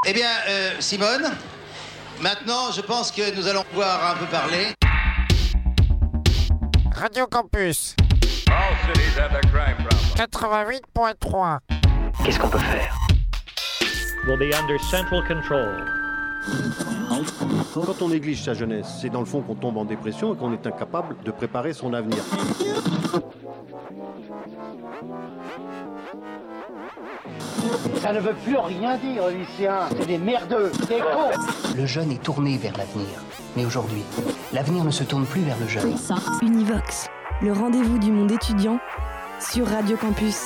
Eh bien, Simone, maintenant, je pense que nous allons pouvoir un peu parler. Radio Campus 88.3. Qu'est-ce qu'on peut faire? Will be under central control. Quand on néglige sa jeunesse, c'est dans le fond qu'on tombe en dépression et qu'on est incapable de préparer son avenir. Ça ne veut plus rien dire, lycéens. C'est des merdeux, des cons. Le jeune est tourné vers l'avenir. Mais aujourd'hui, l'avenir ne se tourne plus vers le jeune. Univox, le rendez-vous du monde étudiant sur Radio Campus.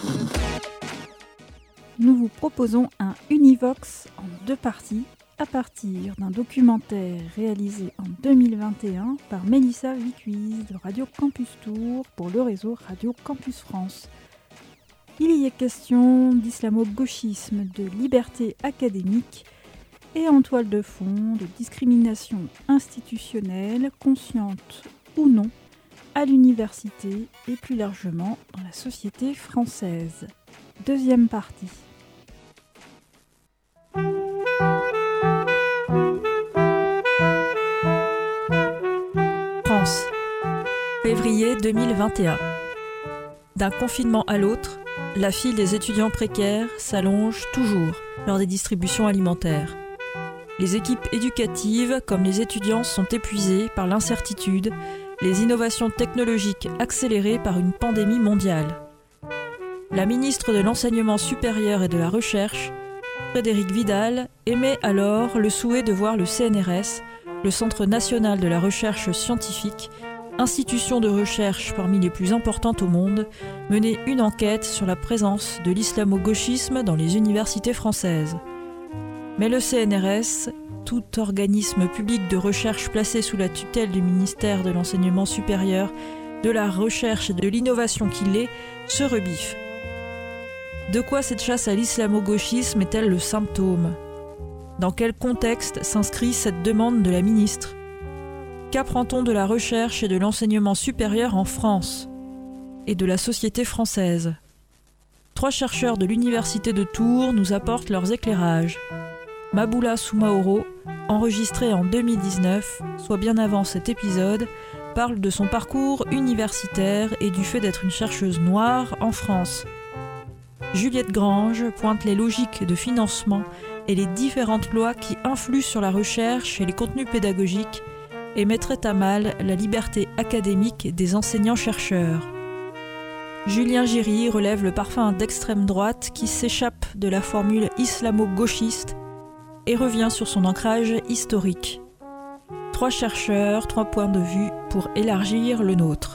Nous vous proposons un Univox en 2 parties à partir d'un documentaire réalisé en 2021 par Mélissa Vicuise de Radio Campus Tours pour le réseau Radio Campus France. Il y est question d'islamo-gauchisme, de liberté académique et en toile de fond de discrimination institutionnelle, consciente ou non, à l'université et plus largement dans la société française. 2e partie. France, février 2021. D'un confinement à l'autre, la file des étudiants précaires s'allonge toujours lors des distributions alimentaires. Les équipes éducatives comme les étudiants sont épuisées par l'incertitude, les innovations technologiques accélérées par une pandémie mondiale. La ministre de l'Enseignement supérieur et de la Recherche, Frédérique Vidal, émet alors le souhait de voir le CNRS, le Centre national de la recherche scientifique, institution de recherche parmi les plus importantes au monde, mener une enquête sur la présence de l'islamo-gauchisme dans les universités françaises. Mais le CNRS, tout organisme public de recherche placé sous la tutelle du ministère de l'Enseignement supérieur, de la Recherche et de l'Innovation qu'il est, se rebiffe. De quoi cette chasse à l'islamo-gauchisme est-elle le symptôme ? Dans quel contexte s'inscrit cette demande de la ministre ? Qu'apprend-on de la recherche et de l'enseignement supérieur en France et de la société française ? 3 chercheurs de l'université de Tours nous apportent leurs éclairages. Maboula Soumaoro, enregistrée en 2019, soit bien avant cet épisode, parle de son parcours universitaire et du fait d'être une chercheuse noire en France. Juliette Grange pointe les logiques de financement et les différentes lois qui influent sur la recherche et les contenus pédagogiques et mettraient à mal la liberté académique des enseignants-chercheurs. Julien Giry relève le parfum d'extrême droite qui s'échappe de la formule islamo-gauchiste et revient sur son ancrage historique. 3 chercheurs, 3 points de vue pour élargir le nôtre.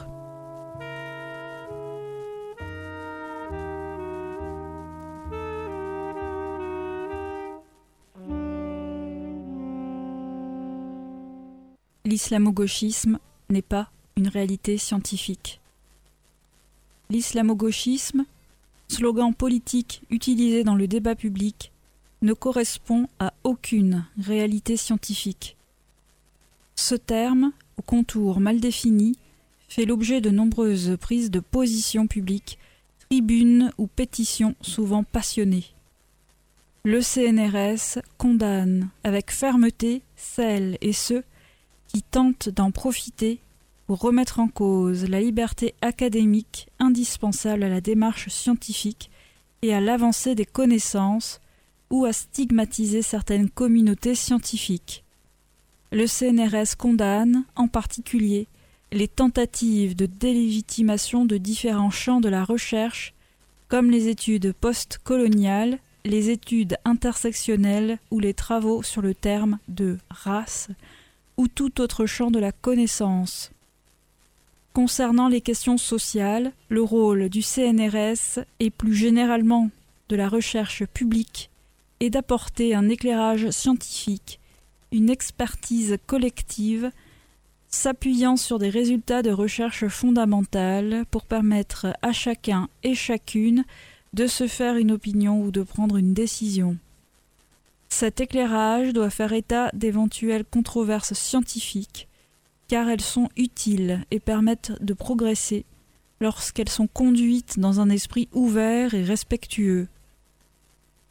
L'islamo-gauchisme n'est pas une réalité scientifique. L'islamo-gauchisme, slogan politique utilisé dans le débat public, ne correspond à aucune réalité scientifique. Ce terme, au contour mal défini, fait l'objet de nombreuses prises de position publiques, tribunes ou pétitions souvent passionnées. Le CNRS condamne avec fermeté celles et ceux qui tentent d'en profiter pour remettre en cause la liberté académique indispensable à la démarche scientifique et à l'avancée des connaissances ou à stigmatiser certaines communautés scientifiques. Le CNRS condamne, en particulier, les tentatives de délégitimation de différents champs de la recherche, comme les études post-coloniales, les études intersectionnelles ou les travaux sur le terme de race, ou tout autre champ de la connaissance. Concernant les questions sociales, le rôle du CNRS et plus généralement de la recherche publique est d'apporter un éclairage scientifique, une expertise collective, s'appuyant sur des résultats de recherche fondamentale pour permettre à chacun et chacune de se faire une opinion ou de prendre une décision. Cet éclairage doit faire état d'éventuelles controverses scientifiques, car elles sont utiles et permettent de progresser lorsqu'elles sont conduites dans un esprit ouvert et respectueux.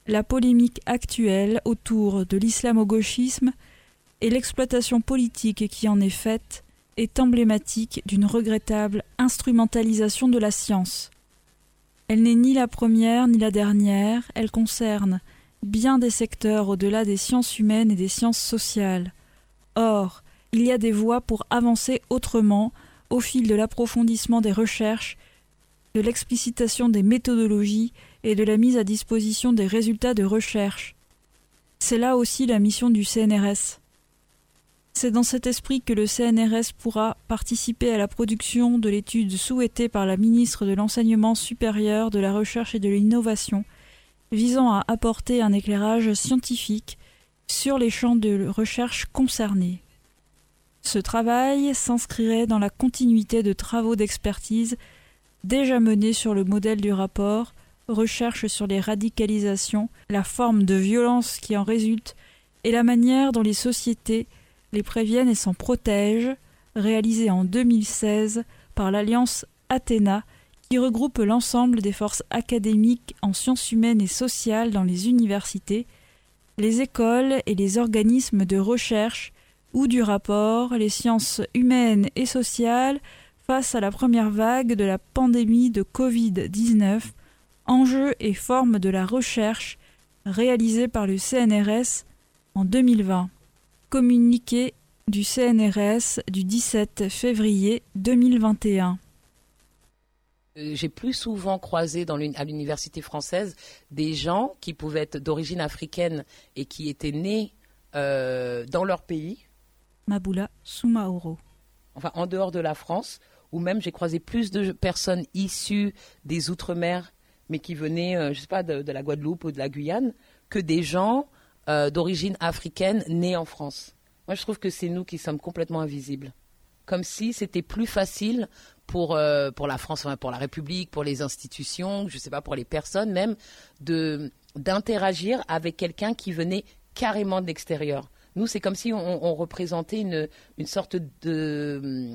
la polémique actuelle autour de l'islamo-gauchisme et l'exploitation politique qui en est faite est emblématique d'une regrettable instrumentalisation de la science. Elle n'est ni la première ni la dernière, elle concerne bien des secteurs au-delà des sciences humaines et des sciences sociales. Or, il y a des voies pour avancer autrement au fil de l'approfondissement des recherches, de l'explicitation des méthodologies et de la mise à disposition des résultats de recherche. C'est là aussi la mission du CNRS. C'est dans cet esprit que le CNRS pourra participer à la production de l'étude souhaitée par la ministre de l'Enseignement supérieur, de la Recherche et de l'Innovation, visant à apporter un éclairage scientifique sur les champs de recherche concernés. Ce travail s'inscrirait dans la continuité de travaux d'expertise déjà menés sur le modèle du rapport « Recherche sur les radicalisations, la forme de violence qui en résulte et la manière dont les sociétés les préviennent et s'en protègent », réalisé en 2016 par l'Alliance Athéna, qui regroupe l'ensemble des forces académiques en sciences humaines et sociales dans les universités, les écoles et les organismes de recherche ou du rapport, les sciences humaines et sociales face à la première vague de la pandémie de Covid-19, enjeux et formes de la recherche, réalisé par le CNRS en 2020. Communiqué du CNRS du 17 février 2021. J'ai plus souvent croisé à l'université française des gens qui pouvaient être d'origine africaine et qui étaient nés dans leur pays. Maboula Soumaoro. Enfin, en dehors de la France, ou même j'ai croisé plus de personnes issues des Outre-mer, mais qui venaient, je ne sais pas, de la Guadeloupe ou de la Guyane, que des gens d'origine africaine nés en France. Moi, je trouve que c'est nous qui sommes complètement invisibles. Comme si c'était plus facile pour la France, pour la République, pour les institutions, je ne sais pas, pour les personnes même, d'interagir avec quelqu'un qui venait carrément de l'extérieur. Nous, c'est comme si on représentait une sorte de,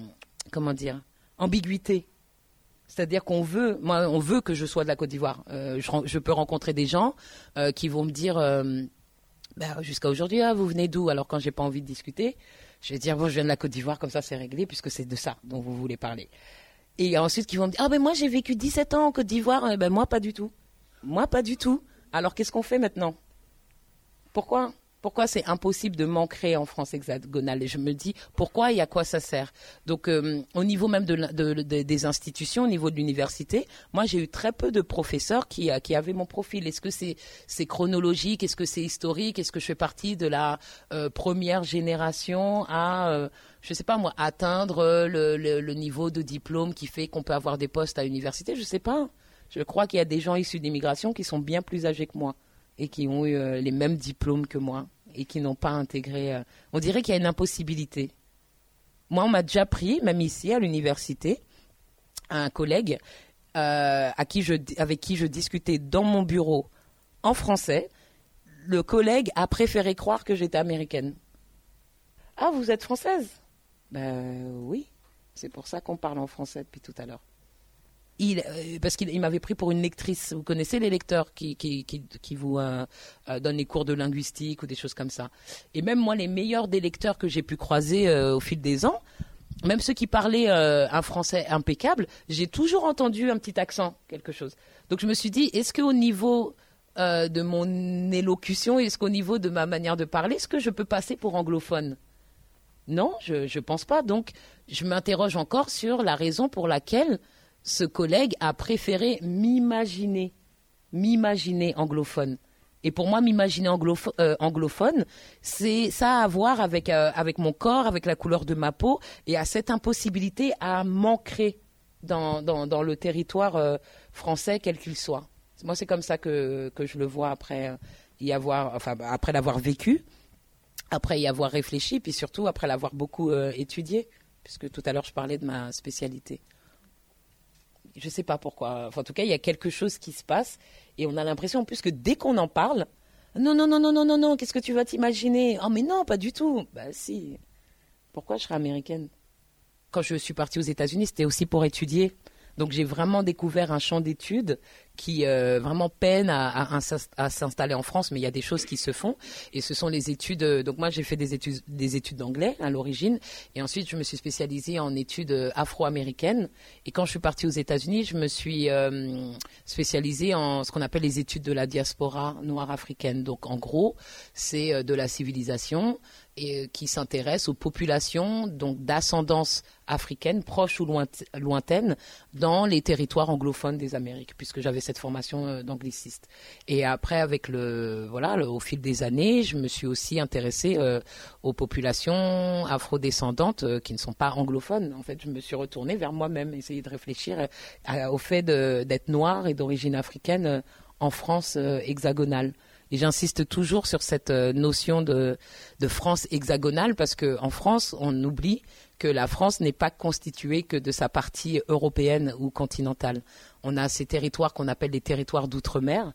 ambiguïté. C'est-à-dire on veut que je sois de la Côte d'Ivoire. Je peux rencontrer des gens qui vont me dire, jusqu'à aujourd'hui, vous venez d'où? Alors quand j'ai pas envie de discuter, je vais dire, je viens de la Côte d'Ivoire, comme ça c'est réglé, puisque c'est de ça dont vous voulez parler. Et ensuite, qui vont me dire, moi j'ai vécu 17 ans en Côte d'Ivoire, moi pas du tout. Moi pas du tout. Alors qu'est-ce qu'on fait maintenant? Pourquoi c'est impossible de m'ancrer en France hexagonale? Et je me dis, pourquoi et à quoi ça sert? Donc, au niveau même des institutions, au niveau de l'université, moi, j'ai eu très peu de professeurs qui avaient mon profil. Est-ce que c'est chronologique? Est-ce que c'est historique? Est-ce que je fais partie de la première génération à, je sais pas moi, atteindre le niveau de diplôme qui fait qu'on peut avoir des postes à l'université? Je sais pas. Je crois qu'il y a des gens issus d'immigration qui sont bien plus âgés que moi et qui ont eu les mêmes diplômes que moi et qui n'ont pas intégré... On dirait qu'il y a une impossibilité. Moi, on m'a déjà pris, même ici, à l'université, un collègue avec qui je discutais dans mon bureau en français. Le collègue a préféré croire que j'étais américaine. « Ah, vous êtes française ?» Oui, c'est pour ça qu'on parle en français depuis tout à l'heure. Parce qu'il m'avait pris pour une lectrice. Vous connaissez les lecteurs qui vous donnent les cours de linguistique ou des choses comme ça. Et même moi, les meilleurs des lecteurs que j'ai pu croiser au fil des ans, même ceux qui parlaient un français impeccable, j'ai toujours entendu un petit accent, quelque chose. Donc je me suis dit, est-ce qu'au niveau de mon élocution, est-ce qu'au niveau de ma manière de parler, est-ce que je peux passer pour anglophone? Non, je pense pas. Donc je m'interroge encore sur la raison pour laquelle ce collègue a préféré m'imaginer anglophone. Et pour moi, m'imaginer anglophone, ça a à voir avec mon corps, avec la couleur de ma peau, et à cette impossibilité à m'ancrer dans le territoire français, quel qu'il soit. Moi, c'est comme ça que je le vois après l'avoir vécu, après y avoir réfléchi, puis surtout après l'avoir beaucoup étudié, puisque tout à l'heure, je parlais de ma spécialité. Je ne sais pas pourquoi. Enfin, en tout cas, il y a quelque chose qui se passe et on a l'impression en plus que dès qu'on en parle, non, qu'est-ce que tu vas t'imaginer? Oh, mais non, pas du tout. Si. Pourquoi je serais américaine? Quand je suis partie aux États-Unis, c'était aussi pour étudier. Donc, j'ai vraiment découvert un champ d'études qui vraiment peinent à s'installer en France, mais il y a des choses qui se font. Et ce sont les études. Donc moi, j'ai fait des études d'anglais à l'origine, et ensuite je me suis spécialisée en études afro-américaines. Et quand je suis partie aux États-Unis, je me suis spécialisée en ce qu'on appelle les études de la diaspora noire africaine. Donc en gros, c'est de la civilisation et qui s'intéresse aux populations donc d'ascendance africaine, proche ou lointaine, dans les territoires anglophones des Amériques, puisque j'avais cette formation d'angliciste. Et après, au fil des années, je me suis aussi intéressée aux populations afrodescendantes qui ne sont pas anglophones. En fait, je me suis retournée vers moi-même, essayer de réfléchir au fait d'être noire et d'origine africaine en France hexagonale. Et j'insiste toujours sur cette notion de France hexagonale, parce qu'en France, on oublie que la France n'est pas constituée que de sa partie européenne ou continentale. On a ces territoires qu'on appelle les territoires d'outre-mer.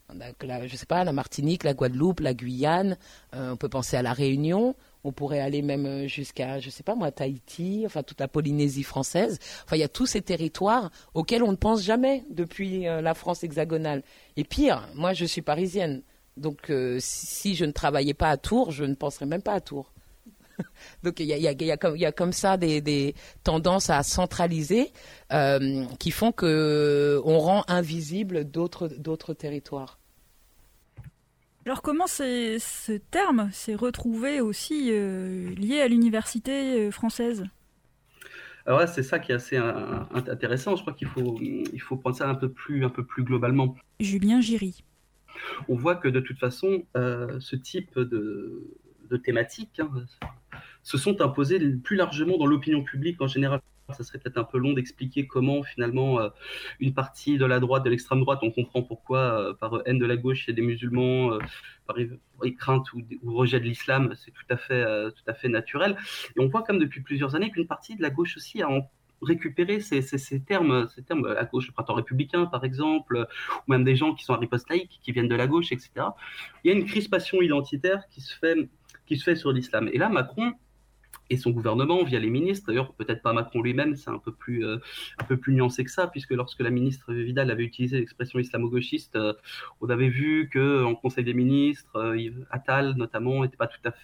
La Martinique, la Guadeloupe, la Guyane. On peut penser à la Réunion. On pourrait aller même jusqu'à, Tahiti, enfin toute la Polynésie française. Enfin, il y a tous ces territoires auxquels on ne pense jamais depuis la France hexagonale. Et pire, moi, je suis parisienne. Donc, si je ne travaillais pas à Tours, je ne penserais même pas à Tours. Donc, il y a comme ça des tendances à centraliser qui font qu'on rend invisible d'autres territoires. Alors, comment ce terme s'est retrouvé aussi lié à l'université française ? Alors là, c'est ça qui est assez intéressant. Je crois qu'il faut prendre ça un peu plus globalement. Julien Giry. On voit que de toute façon, ce type de thématiques se sont imposées plus largement dans l'opinion publique en général. Ça serait peut-être un peu long d'expliquer comment finalement une partie de la droite, de l'extrême droite, on comprend pourquoi par haine de la gauche il y a des musulmans, par crainte ou rejet de l'islam, c'est tout à fait naturel. Et on voit comme depuis plusieurs années qu'une partie de la gauche aussi a récupérer ces termes à gauche, le printemps républicain par exemple, ou même des gens qui sont à riposte laïque, qui viennent de la gauche, etc. Il y a une crispation identitaire qui se fait sur l'islam. Et là, Macron et son gouvernement, via les ministres, d'ailleurs peut-être pas Macron lui-même, c'est un peu plus nuancé que ça, puisque lorsque la ministre Vidal avait utilisé l'expression islamo-gauchiste, on avait vu qu'en Conseil des ministres, Attal notamment n'était pas tout à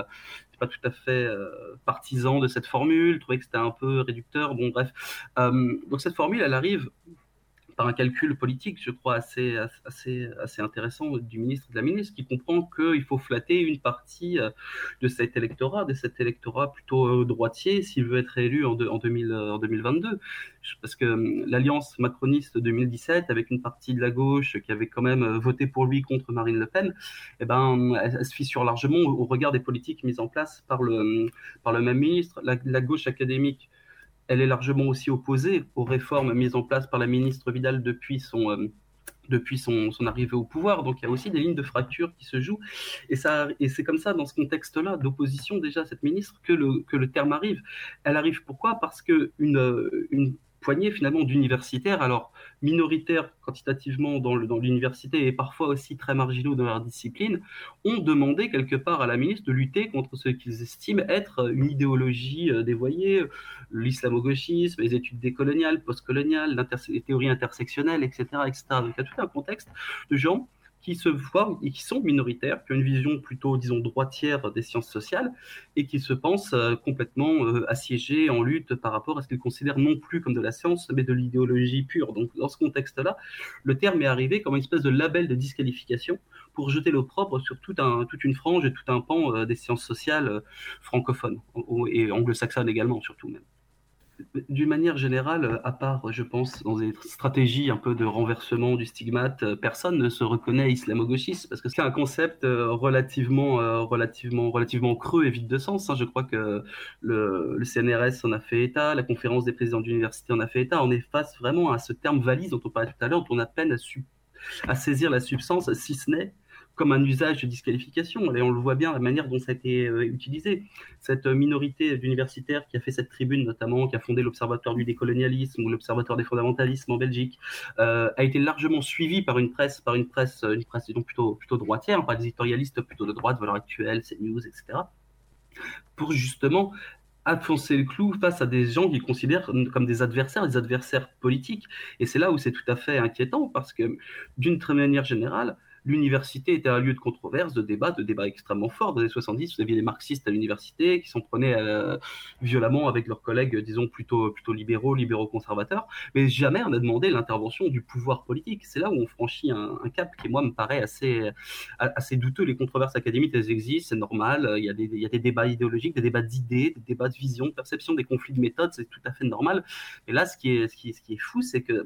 fait partisan de cette formule, trouvait que c'était un peu réducteur. Bon, bref. Donc cette formule, elle arrive par un calcul politique, je crois, assez intéressant du ministre et de la ministre, qui comprend qu'il faut flatter une partie de cet électorat plutôt droitier, s'il veut être élu en 2022. Parce que l'alliance macroniste 2017, avec une partie de la gauche qui avait quand même voté pour lui contre Marine Le Pen, elle se fissure largement au regard des politiques mises en place par le même ministre. La gauche académique, elle est largement aussi opposée aux réformes mises en place par la ministre Vidal depuis son arrivée au pouvoir. Donc il y a aussi des lignes de fracture qui se jouent. Et c'est comme ça, dans ce contexte-là, d'opposition déjà à cette ministre, que le terme arrive. Elle arrive pourquoi ? Parce qu'une poignée finalement d'universitaires, alors minoritaires quantitativement dans l'université et parfois aussi très marginaux dans leur discipline, ont demandé quelque part à la ministre de lutter contre ce qu'ils estiment être une idéologie dévoyée, l'islamo-gauchisme, les études décoloniales, postcoloniales, les théories intersectionnelles, etc., etc. Donc il y a tout un contexte de gens qui se voient et qui sont minoritaires, qui ont une vision plutôt, disons, droitière des sciences sociales et qui se pensent complètement assiégés, en lutte par rapport à ce qu'ils considèrent non plus comme de la science, mais de l'idéologie pure. Donc, dans ce contexte-là, le terme est arrivé comme une espèce de label de disqualification pour jeter l'opprobre sur toute une frange et tout un pan des sciences sociales francophones et anglo-saxonnes également, surtout même. D'une manière générale, à part, je pense, dans des stratégies un peu de renversement du stigmate, personne ne se reconnaît islamo-gauchiste parce que c'est un concept relativement creux et vide de sens. Je crois que le CNRS en a fait état, la conférence des présidents d'université en a fait état. On est face vraiment à ce terme valise dont on parlait tout à l'heure, dont on a peine à saisir la substance, si ce n'est comme un usage de disqualification. Et on le voit bien, la manière dont ça a été utilisé. Cette minorité d'universitaires qui a fait cette tribune, notamment, qui a fondé l'Observatoire du décolonialisme ou l'Observatoire des fondamentalismes en Belgique, a été largement suivie par une presse disons, plutôt droitière, par des éditorialistes plutôt de droite, Valeurs Actuelles, CNews, etc., pour justement enfoncer le clou face à des gens qu'ils considèrent comme des adversaires politiques. Et c'est là où c'est tout à fait inquiétant, parce que d'une très manière générale, l'université était un lieu de controverse, de débat extrêmement fort. Dans les années 70, vous aviez les marxistes à l'université qui s'en prenaient violemment avec leurs collègues, disons, plutôt libéraux conservateurs. Mais jamais on a demandé l'intervention du pouvoir politique. C'est là où on franchit un cap qui, moi, me paraît assez douteux. Les controverses académiques, elles existent, c'est normal. Il y a des débats idéologiques, des débats d'idées, des débats de vision, de perception, des conflits de méthodes, c'est tout à fait normal. Et là, ce qui est fou, c'est que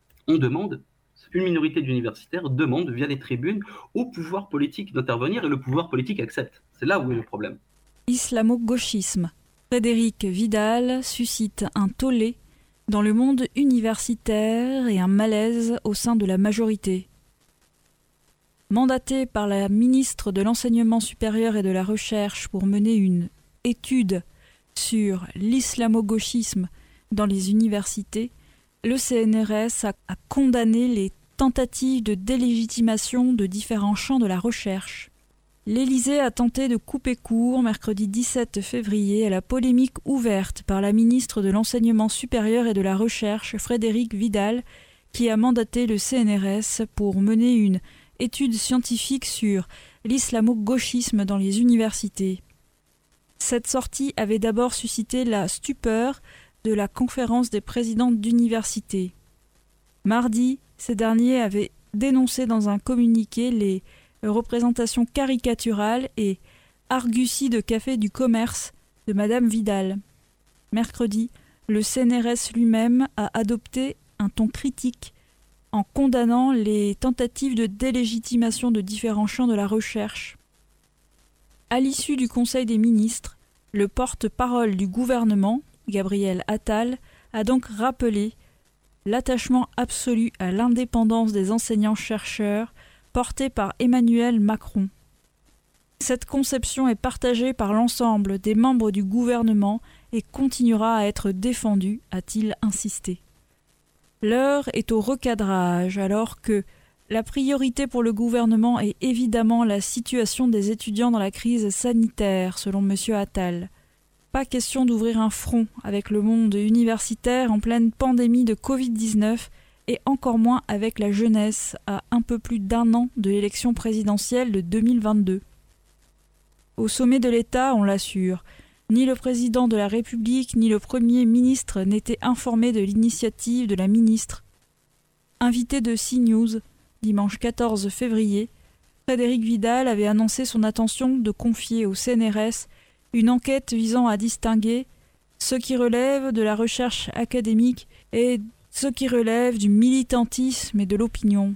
une minorité d'universitaires demande via les tribunes au pouvoir politique d'intervenir et le pouvoir politique accepte. C'est là où est le problème. Islamo-gauchisme. Frédéric Vidal suscite un tollé dans le monde universitaire et un malaise au sein de la majorité. Mandaté par la ministre de l'Enseignement supérieur et de la Recherche pour mener une étude sur l'islamo-gauchisme dans les universités, le CNRS a condamné les tentatives de délégitimation de différents champs de la recherche. L'Élysée a tenté de couper court mercredi 17 février à la polémique ouverte par la ministre de l'Enseignement supérieur et de la Recherche, Frédéric Vidal, qui a mandaté le CNRS pour mener une étude scientifique sur l'islamo-gauchisme dans les universités. Cette sortie avait d'abord suscité la stupeur de la conférence des présidents d'université. Mardi, ces derniers avaient dénoncé dans un communiqué les représentations caricaturales et arguties de café du commerce de Madame Vidal. Mercredi, le CNRS lui-même a adopté un ton critique en condamnant les tentatives de délégitimation de différents champs de la recherche. À l'issue du Conseil des ministres, le porte-parole du gouvernement, Gabriel Attal, a donc rappelé l'attachement absolu à l'indépendance des enseignants-chercheurs porté par Emmanuel Macron. Cette conception est partagée par l'ensemble des membres du gouvernement et continuera à être défendue, a-t-il insisté. L'heure est au recadrage, alors que la priorité pour le gouvernement est évidemment la situation des étudiants dans la crise sanitaire, selon M. Attal. Pas question d'ouvrir un front avec le monde universitaire en pleine pandémie de Covid-19 et encore moins avec la jeunesse à un peu plus d'un an de l'élection présidentielle de 2022. Au sommet de l'État, on l'assure, ni le président de la République ni le Premier ministre n'étaient informés de l'initiative de la ministre. Invité de CNews, dimanche 14 février, Frédéric Vidal avait annoncé son intention de confier au CNRS une enquête visant à distinguer ce qui relève de la recherche académique et ce qui relève du militantisme et de l'opinion.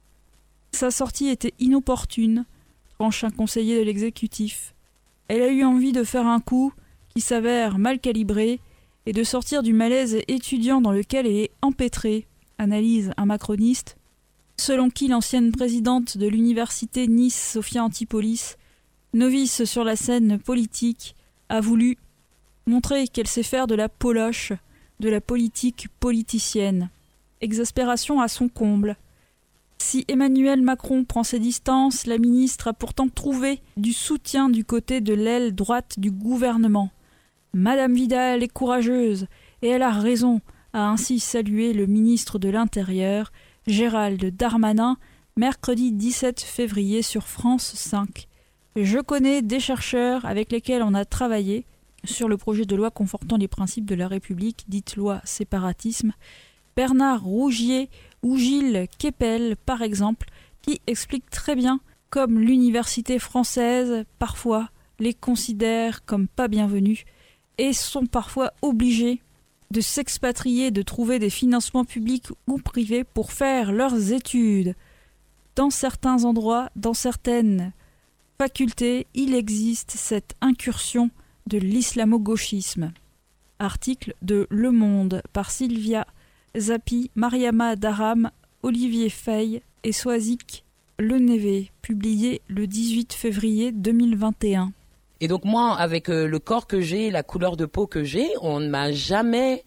Sa sortie était inopportune, tranche un conseiller de l'exécutif. Elle a eu envie de faire un coup qui s'avère mal calibré et de sortir du malaise étudiant dans lequel elle est empêtrée, analyse un macroniste, selon qui l'ancienne présidente de l'université Nice, Sophia Antipolis, novice sur la scène politique, a voulu montrer qu'elle sait faire de la poloche, de la politique politicienne. Exaspération à son comble. Si Emmanuel Macron prend ses distances, la ministre a pourtant trouvé du soutien du côté de l'aile droite du gouvernement. Madame Vidal est courageuse, et elle a raison, a ainsi salué le ministre de l'Intérieur, Gérald Darmanin, mercredi 17 février sur France 5. Je connais des chercheurs avec lesquels on a travaillé sur le projet de loi confortant les principes de la République, dite loi séparatisme, Bernard Rougier ou Gilles Kepel par exemple, qui expliquent très bien comme l'université française, parfois, les considère comme pas bienvenus et sont parfois obligés de s'expatrier, de trouver des financements publics ou privés pour faire leurs études. Dans certains endroits, dans certaines facultés, il existe cette incursion de l'islamo-gauchisme. Article de Le Monde par Sylvia Zappi, Mariama Daram, Olivier Fey et Soazic Lenévé, publié le 18 février 2021. Et donc moi, avec le corps que j'ai, la couleur de peau que j'ai, on ne m'a jamais,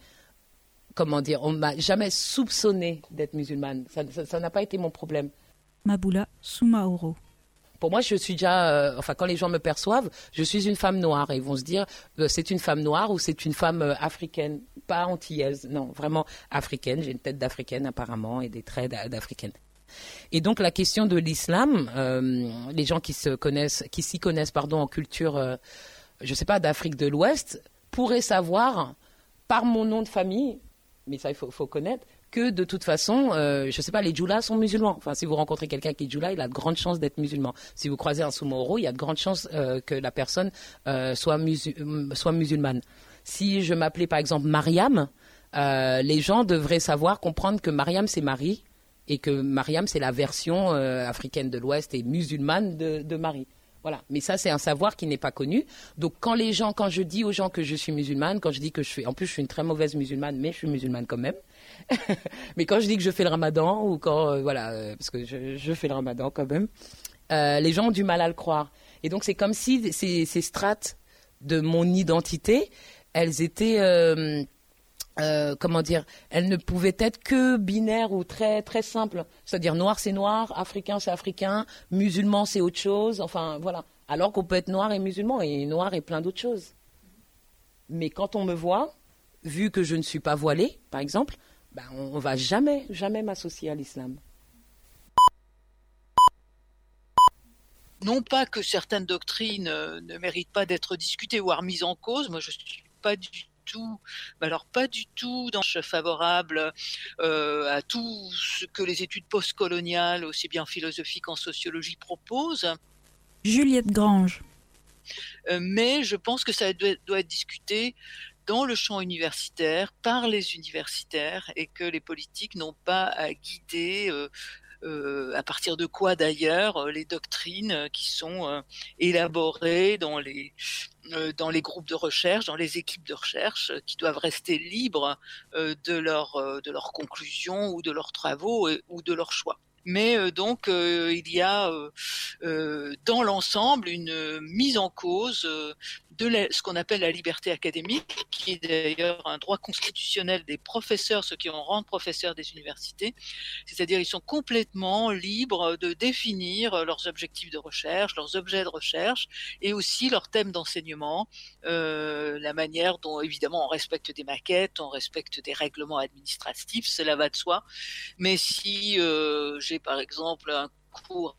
on m'a jamais soupçonné d'être musulmane. Ça n'a pas été mon problème. Maboula Soumaoro. pour moi, je suis déjà, quand les gens me perçoivent, je suis une femme noire et ils vont se dire, c'est une femme noire ou c'est une femme africaine, pas antillaise, non, vraiment africaine. J'ai une tête d'africaine apparemment et des traits d'africaine. Et donc la question de l'islam, les gens qui s'y connaissent, en culture, je sais pas, d'Afrique de l'Ouest, pourraient savoir par mon nom de famille, mais ça il faut connaître, que de toute façon, je sais pas, les djoulas sont musulmans. Enfin, si vous rencontrez quelqu'un qui est djoula, il a de grandes chances d'être musulman. Si vous croisez un soumoro, il y a de grandes chances que la personne soit musulmane. Si je m'appelais par exemple Mariam, les gens devraient comprendre que Mariam c'est Marie et que Mariam c'est la version africaine de l'Ouest et musulmane de Marie. Voilà, mais ça c'est un savoir qui n'est pas connu. Donc quand je dis aux gens que je suis musulmane, quand je dis que en plus je suis une très mauvaise musulmane, mais je suis musulmane quand même. Mais quand je dis que je fais le ramadan ou quand parce que je fais le ramadan quand même, les gens ont du mal à le croire. Et donc c'est comme si ces strates de mon identité, elles étaient elles ne pouvaient être que binaires ou très très simples. C'est-à-dire noir c'est noir, africain c'est africain, musulman c'est autre chose. Enfin voilà. Alors qu'on peut être noir et musulman et noir et plein d'autres choses. Mais quand on me voit, vu que je ne suis pas voilée, par exemple, on va jamais m'associer à l'islam. Non pas que certaines doctrines ne méritent pas d'être discutées ou remises en cause. Moi je suis pas du tout, favorable à tout ce que les études postcoloniales, aussi bien philosophiques qu'en sociologie, proposent. Juliette Grange. Mais je pense que ça doit être discuté dans le champ universitaire, par les universitaires, et que les politiques n'ont pas à guider à partir de quoi d'ailleurs les doctrines qui sont élaborées dans les groupes de recherche, dans les équipes de recherche, qui doivent rester libres de leurs conclusions ou de leurs travaux ou de leurs choix. Mais donc il y a dans l'ensemble une mise en cause de ce qu'on appelle la liberté académique, qui est d'ailleurs un droit constitutionnel des professeurs, ceux qui en rendent professeurs des universités. C'est-à-dire ils sont complètement libres de définir leurs objectifs de recherche, leurs objets de recherche et aussi leurs thèmes d'enseignement, la manière dont évidemment on respecte des maquettes, on respecte des règlements administratifs, cela va de soi. Mais si j'ai par exemple un cours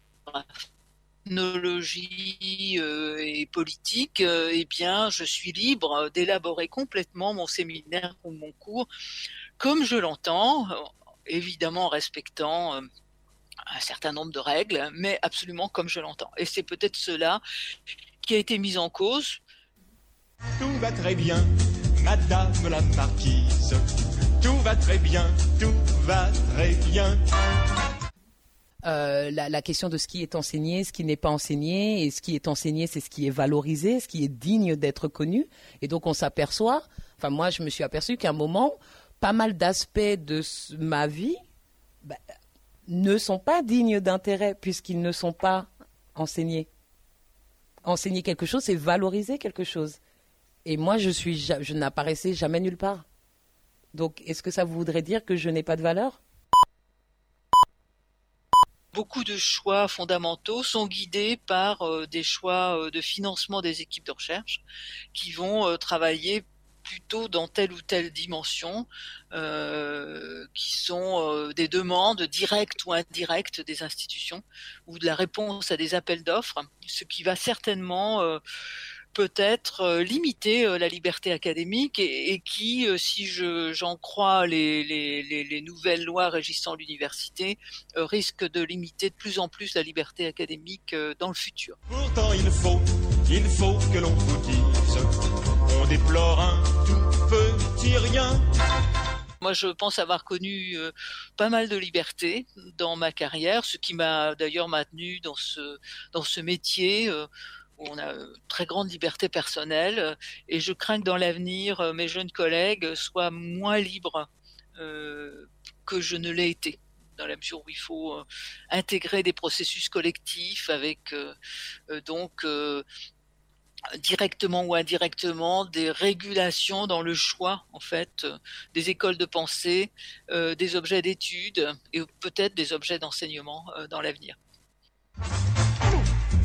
ethnologie et politique, eh bien, je suis libre d'élaborer complètement mon séminaire ou mon cours comme je l'entends, évidemment en respectant un certain nombre de règles, mais absolument comme je l'entends. Et c'est peut-être cela qui a été mis en cause. Tout va très bien, madame la marquise. Tout va très bien, tout va très bien. La question de ce qui est enseigné, ce qui n'est pas enseigné, et ce qui est enseigné, c'est ce qui est valorisé, ce qui est digne d'être connu. Et donc on s'aperçoit, enfin moi je me suis aperçu qu'à un moment, pas mal d'aspects de ma vie ne sont pas dignes d'intérêt puisqu'ils ne sont pas enseignés. Enseigner quelque chose, c'est valoriser quelque chose. Et moi je n'apparaissais jamais nulle part. Donc est-ce que ça voudrait dire que je n'ai pas de valeur ? Beaucoup de choix fondamentaux sont guidés par des choix de financement des équipes de recherche qui vont travailler plutôt dans telle ou telle dimension, qui sont des demandes directes ou indirectes des institutions ou de la réponse à des appels d'offres, ce qui va certainement peut-être limiter la liberté académique et qui, si j'en crois les nouvelles lois régissant l'université, risque de limiter de plus en plus la liberté académique dans le futur. Pourtant il faut que l'on vous dise, on déplore un tout petit rien. Moi, je pense avoir connu pas mal de liberté dans ma carrière, ce qui m'a d'ailleurs maintenu dans ce métier où on a très grande liberté personnelle, et je crains que dans l'avenir, mes jeunes collègues soient moins libres que je ne l'ai été, dans la mesure où il faut intégrer des processus collectifs avec donc directement ou indirectement des régulations dans le choix en fait des écoles de pensée, des objets d'études et peut-être des objets d'enseignement dans l'avenir.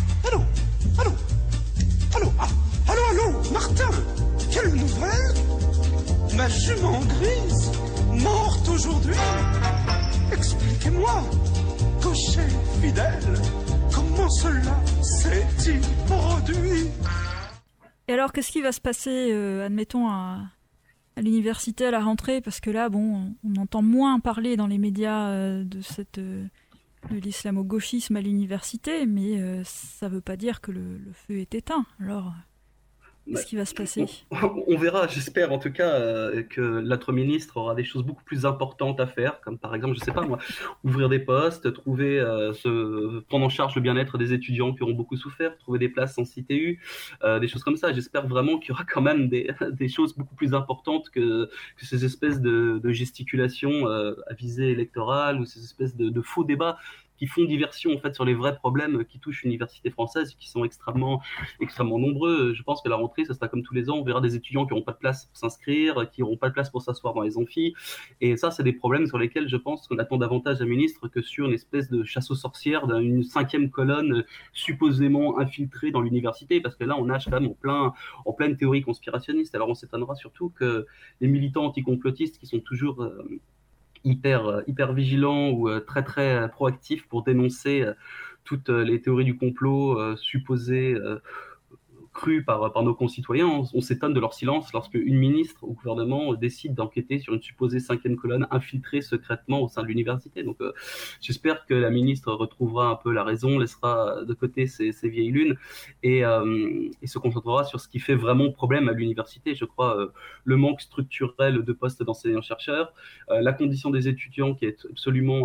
Allô, Martin, quelle nouvelle? Ma jument grise, morte aujourd'hui. Expliquez-moi, cocher fidèle, comment cela s'est-il produit? Et alors, qu'est-ce qui va se passer, admettons, à l'université à la rentrée? Parce que là, bon, on entend moins parler dans les médias de l'islamo-gauchisme à l'université, mais ça ne veut pas dire que le feu est éteint. Alors, qu'est-ce qui va se passer? On verra, j'espère en tout cas que notre ministre aura des choses beaucoup plus importantes à faire, comme par exemple, je sais pas moi, ouvrir des postes, prendre en charge le bien-être des étudiants qui auront beaucoup souffert, trouver des places en CTU, des choses comme ça. J'espère vraiment qu'il y aura quand même des choses beaucoup plus importantes que ces espèces de gesticulations à visée électorale ou ces espèces de faux débats qui font diversion en fait sur les vrais problèmes qui touchent l'université française, qui sont extrêmement nombreux. Je pense que la rentrée, ça sera comme tous les ans, on verra des étudiants qui n'auront pas de place pour s'inscrire, qui n'auront pas de place pour s'asseoir dans les amphis. Et ça, c'est des problèmes sur lesquels je pense qu'on attend davantage un ministre que sur une espèce de chasse aux sorcières d'une 5e colonne supposément infiltrée dans l'université, parce que là, on nage quand même en pleine théorie conspirationniste. Alors on s'étonnera surtout que les militants anticomplotistes qui sont toujours hyper vigilants ou très très proactifs pour dénoncer toutes les théories du complot supposées crues par nos concitoyens. On s'étonne de leur silence lorsque une ministre au gouvernement décide d'enquêter sur une supposée 5e colonne infiltrée secrètement au sein de l'université. Donc j'espère que la ministre retrouvera un peu la raison, laissera de côté ces vieilles lunes et se concentrera sur ce qui fait vraiment problème à l'université. Je crois le manque structurel de postes d'enseignants-chercheurs, la condition des étudiants qui est absolument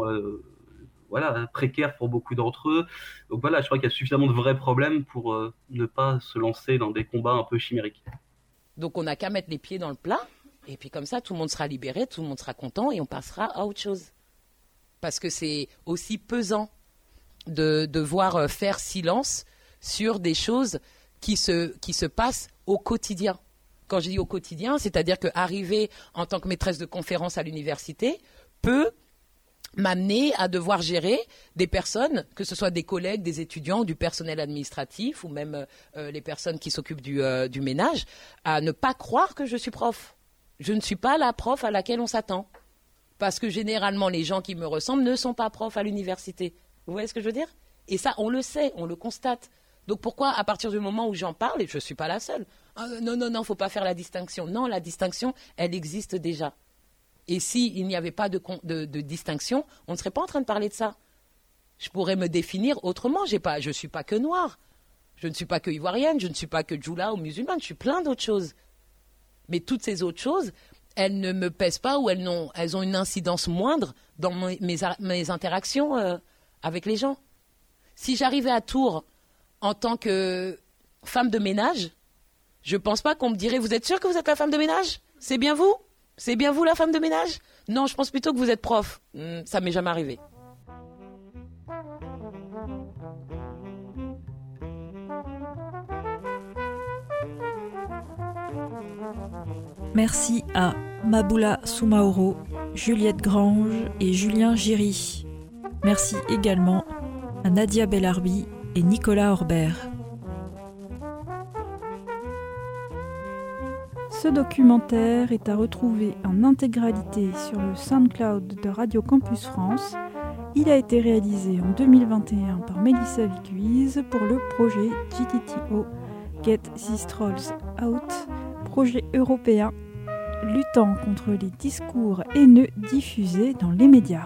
précaire pour beaucoup d'entre eux. Donc voilà, je crois qu'il y a suffisamment de vrais problèmes pour ne pas se lancer dans des combats un peu chimériques. Donc on n'a qu'à mettre les pieds dans le plat, et puis comme ça, tout le monde sera libéré, tout le monde sera content, et on passera à autre chose. Parce que c'est aussi pesant de devoir faire silence sur des choses qui se passent au quotidien. Quand je dis au quotidien, c'est-à-dire qu'arriver en tant que maîtresse de conférence à l'université peut m'amener à devoir gérer des personnes, que ce soit des collègues, des étudiants, du personnel administratif ou même les personnes qui s'occupent du ménage, à ne pas croire que je suis prof. Je ne suis pas la prof à laquelle on s'attend. Parce que généralement, les gens qui me ressemblent ne sont pas profs à l'université. Vous voyez ce que je veux dire? Et ça, on le sait, on le constate. Donc pourquoi, à partir du moment où j'en parle, et je ne suis pas la seule, non, il ne faut pas faire la distinction. Non, la distinction, elle existe déjà. Et s'il n'y avait pas de distinction, on ne serait pas en train de parler de ça. Je pourrais me définir autrement. Je ne suis pas que noire. Je ne suis pas que ivoirienne. Je ne suis pas que djoula ou musulmane. Je suis plein d'autres choses. Mais toutes ces autres choses, elles ne me pèsent pas ou elles ont une incidence moindre dans mes interactions avec les gens. Si j'arrivais à Tours en tant que femme de ménage, je ne pense pas qu'on me dirait « Vous êtes sûre que vous êtes la femme de ménage? C'est bien vous ? C'est bien vous la femme de ménage? » Non, je pense plutôt que vous êtes prof. Ça m'est jamais arrivé. Merci à Maboula Soumaoro, Juliette Grange et Julien Giry. Merci également à Nadia Bellarbi et Nicolas Orbert. Ce documentaire est à retrouver en intégralité sur le SoundCloud de Radio Campus France. Il a été réalisé en 2021 par Melissa Vicuise pour le projet GTTO Get These Trolls Out, projet européen luttant contre les discours haineux diffusés dans les médias.